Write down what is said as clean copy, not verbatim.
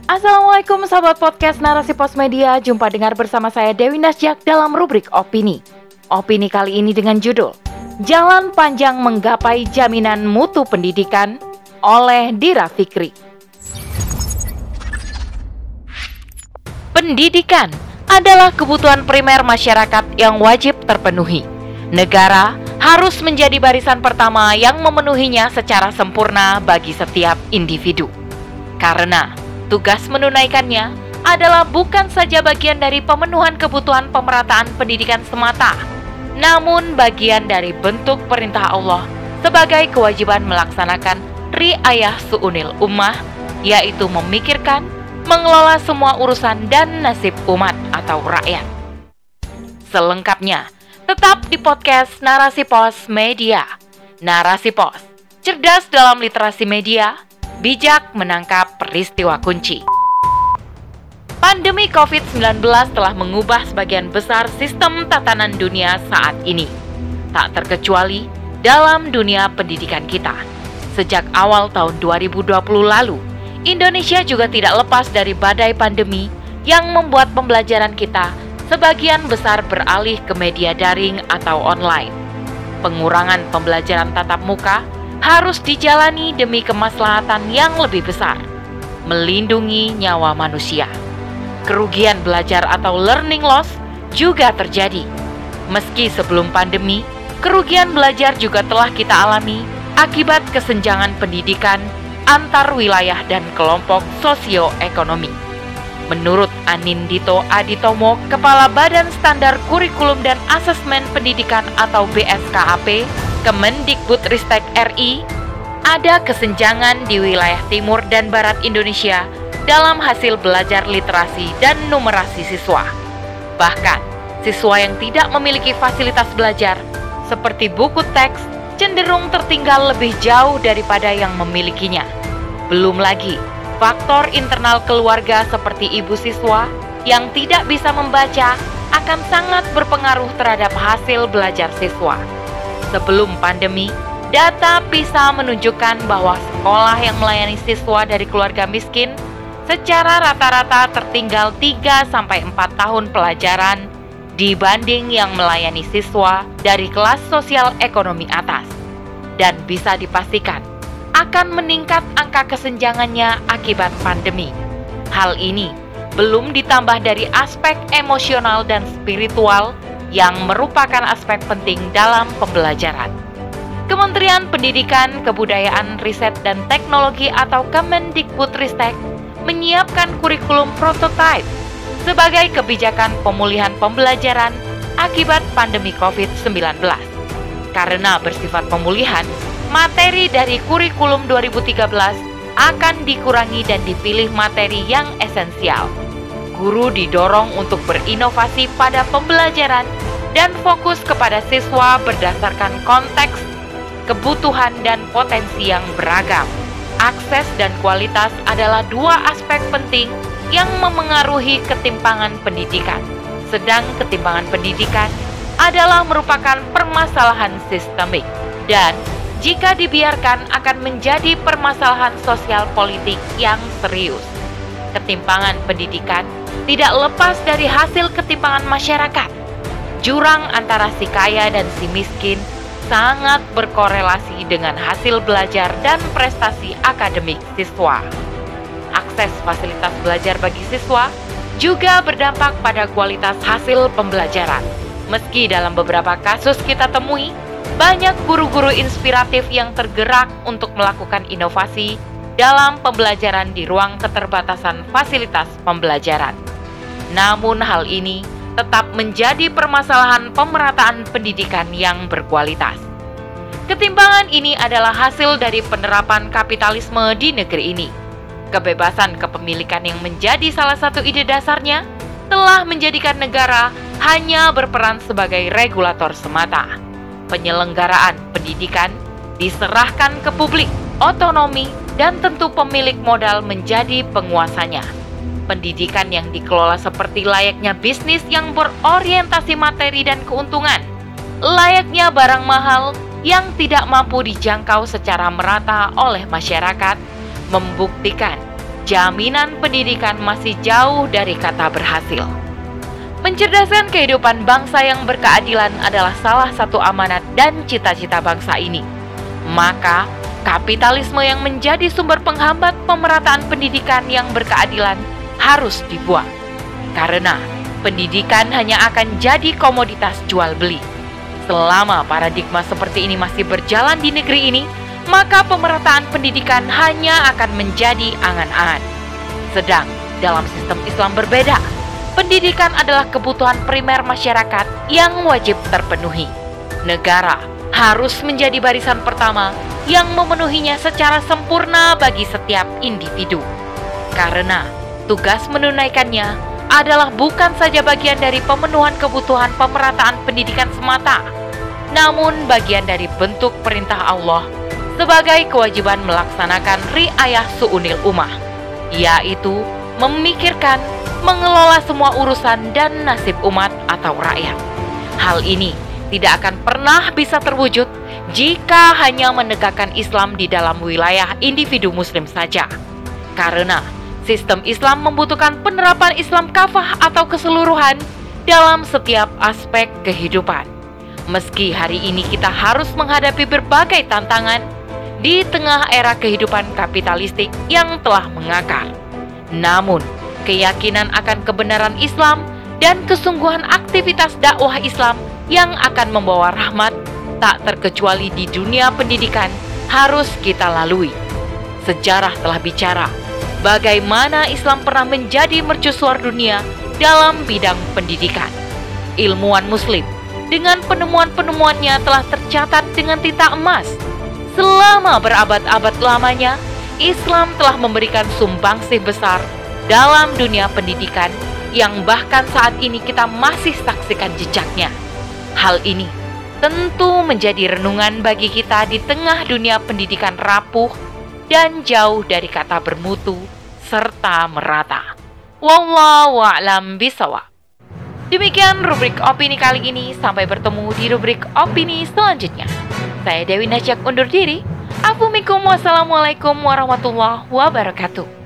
Assalamualaikum sahabat podcast Narasi Pos Media. Jumpa dengar bersama saya Dewi Nasjak dalam rubrik Opini. Opini kali ini dengan judul Jalan Panjang Menggapai Jaminan Mutu Pendidikan oleh Dira Fikri. Pendidikan adalah kebutuhan primer masyarakat yang wajib terpenuhi. Negara harus menjadi barisan pertama yang memenuhinya secara sempurna bagi setiap individu. Karena tugas menunaikannya adalah bukan saja bagian dari pemenuhan kebutuhan pemerataan pendidikan semata, namun bagian dari bentuk perintah Allah sebagai kewajiban melaksanakan riayah su'unil ummah, yaitu memikirkan, mengelola semua urusan dan nasib umat atau rakyat. Selengkapnya, tetap di podcast Narasi Pos Media. Narasi Pos, cerdas dalam literasi media, bijak menangkap peristiwa kunci. Pandemi COVID-19 telah mengubah sebagian besar sistem tatanan dunia saat ini, tak terkecuali dalam dunia pendidikan kita. Sejak awal tahun 2020 lalu, Indonesia juga tidak lepas dari badai pandemi yang membuat pembelajaran kita sebagian besar beralih ke media daring atau online. Pengurangan pembelajaran tatap muka harus dijalani demi kemaslahatan yang lebih besar, melindungi nyawa manusia. Kerugian belajar atau learning loss juga terjadi. Meski sebelum pandemi, kerugian belajar juga telah kita alami akibat kesenjangan pendidikan antar wilayah dan kelompok sosioekonomi. Menurut Anindito Aditomo, Kepala Badan Standar Kurikulum dan Asesmen Pendidikan atau BSKAP, Kemendikbudristek RI, ada kesenjangan di wilayah timur dan barat Indonesia dalam hasil belajar literasi dan numerasi siswa. Bahkan, siswa yang tidak memiliki fasilitas belajar seperti buku teks cenderung tertinggal lebih jauh daripada yang memilikinya. Belum lagi, faktor internal keluarga seperti ibu siswa yang tidak bisa membaca akan sangat berpengaruh terhadap hasil belajar siswa. Sebelum pandemi, data PISA menunjukkan bahwa sekolah yang melayani siswa dari keluarga miskin secara rata-rata tertinggal 3-4 tahun pelajaran dibanding yang melayani siswa dari kelas sosial ekonomi atas. Dan bisa dipastikan akan meningkat angka kesenjangannya akibat pandemi. Hal ini belum ditambah dari aspek emosional dan spiritual yang merupakan aspek penting dalam pembelajaran. Kementerian Pendidikan, Kebudayaan, Riset, dan Teknologi atau Kemendikbudristek menyiapkan kurikulum prototipe sebagai kebijakan pemulihan pembelajaran akibat pandemi COVID-19. Karena bersifat pemulihan, materi dari kurikulum 2013 akan dikurangi dan dipilih materi yang esensial. Guru didorong untuk berinovasi pada pembelajaran dan fokus kepada siswa berdasarkan konteks, kebutuhan, dan potensi yang beragam. Akses dan kualitas adalah dua aspek penting yang memengaruhi ketimpangan pendidikan. Sedang ketimpangan pendidikan adalah merupakan permasalahan sistemik dan jika dibiarkan akan menjadi permasalahan sosial politik yang serius. Ketimpangan pendidikan tidak lepas dari hasil ketimpangan masyarakat. Jurang antara si kaya dan si miskin sangat berkorelasi dengan hasil belajar dan prestasi akademik siswa. Akses fasilitas belajar bagi siswa juga berdampak pada kualitas hasil pembelajaran. Meski dalam beberapa kasus kita temui, banyak guru-guru inspiratif yang tergerak untuk melakukan inovasi dalam pembelajaran di ruang keterbatasan fasilitas pembelajaran. Namun hal ini tetap menjadi permasalahan pemerataan pendidikan yang berkualitas. Ketimpangan ini adalah hasil dari penerapan kapitalisme di negeri ini. Kebebasan kepemilikan yang menjadi salah satu ide dasarnya telah menjadikan negara hanya berperan sebagai regulator semata. Penyelenggaraan pendidikan diserahkan ke publik, otonomi, dan tentu pemilik modal menjadi penguasanya. Pendidikan yang dikelola seperti layaknya bisnis yang berorientasi materi dan keuntungan, layaknya barang mahal yang tidak mampu dijangkau secara merata oleh masyarakat, membuktikan jaminan pendidikan masih jauh dari kata berhasil. Mencerdaskan kehidupan bangsa yang berkeadilan adalah salah satu amanat dan cita-cita bangsa ini. Maka, kapitalisme yang menjadi sumber penghambat pemerataan pendidikan yang berkeadilan harus dibuang. Karena pendidikan hanya akan jadi komoditas jual beli. Selama paradigma seperti ini masih berjalan di negeri ini, maka pemerataan pendidikan hanya akan menjadi angan-angan. Sedang dalam sistem Islam berbeda. Pendidikan adalah kebutuhan primer masyarakat yang wajib terpenuhi. Negara harus menjadi barisan pertama yang memenuhinya secara sempurna bagi setiap individu. Karena tugas menunaikannya adalah bukan saja bagian dari pemenuhan kebutuhan pemerataan pendidikan semata, namun bagian dari bentuk perintah Allah sebagai kewajiban melaksanakan riayah su'unil ummah, yaitu memikirkan, mengelola semua urusan dan nasib umat atau rakyat. Hal ini tidak akan pernah bisa terwujud jika hanya menegakkan Islam di dalam wilayah individu muslim saja. Karena sistem Islam membutuhkan penerapan Islam kafah atau keseluruhan dalam setiap aspek kehidupan. Meski hari ini kita harus menghadapi berbagai tantangan di tengah era kehidupan kapitalistik yang telah mengakar, namun keyakinan akan kebenaran Islam dan kesungguhan aktivitas dakwah Islam yang akan membawa rahmat tak terkecuali di dunia pendidikan harus kita lalui. Sejarah telah bicara bagaimana Islam pernah menjadi mercusuar dunia dalam bidang pendidikan. Ilmuwan muslim dengan penemuan-penemuannya telah tercatat dengan tinta emas. Selama berabad-abad lamanya, Islam telah memberikan sumbangsih besar dalam dunia pendidikan yang bahkan saat ini kita masih saksikan jejaknya. Hal ini tentu menjadi renungan bagi kita di tengah dunia pendidikan rapuh dan jauh dari kata bermutu serta merata. Wallahu a'lam bishawab. Demikian rubrik opini kali ini. Sampai bertemu di rubrik opini selanjutnya. Saya Dewi Najak undur diri. Assalamualaikum warahmatullahi wabarakatuh.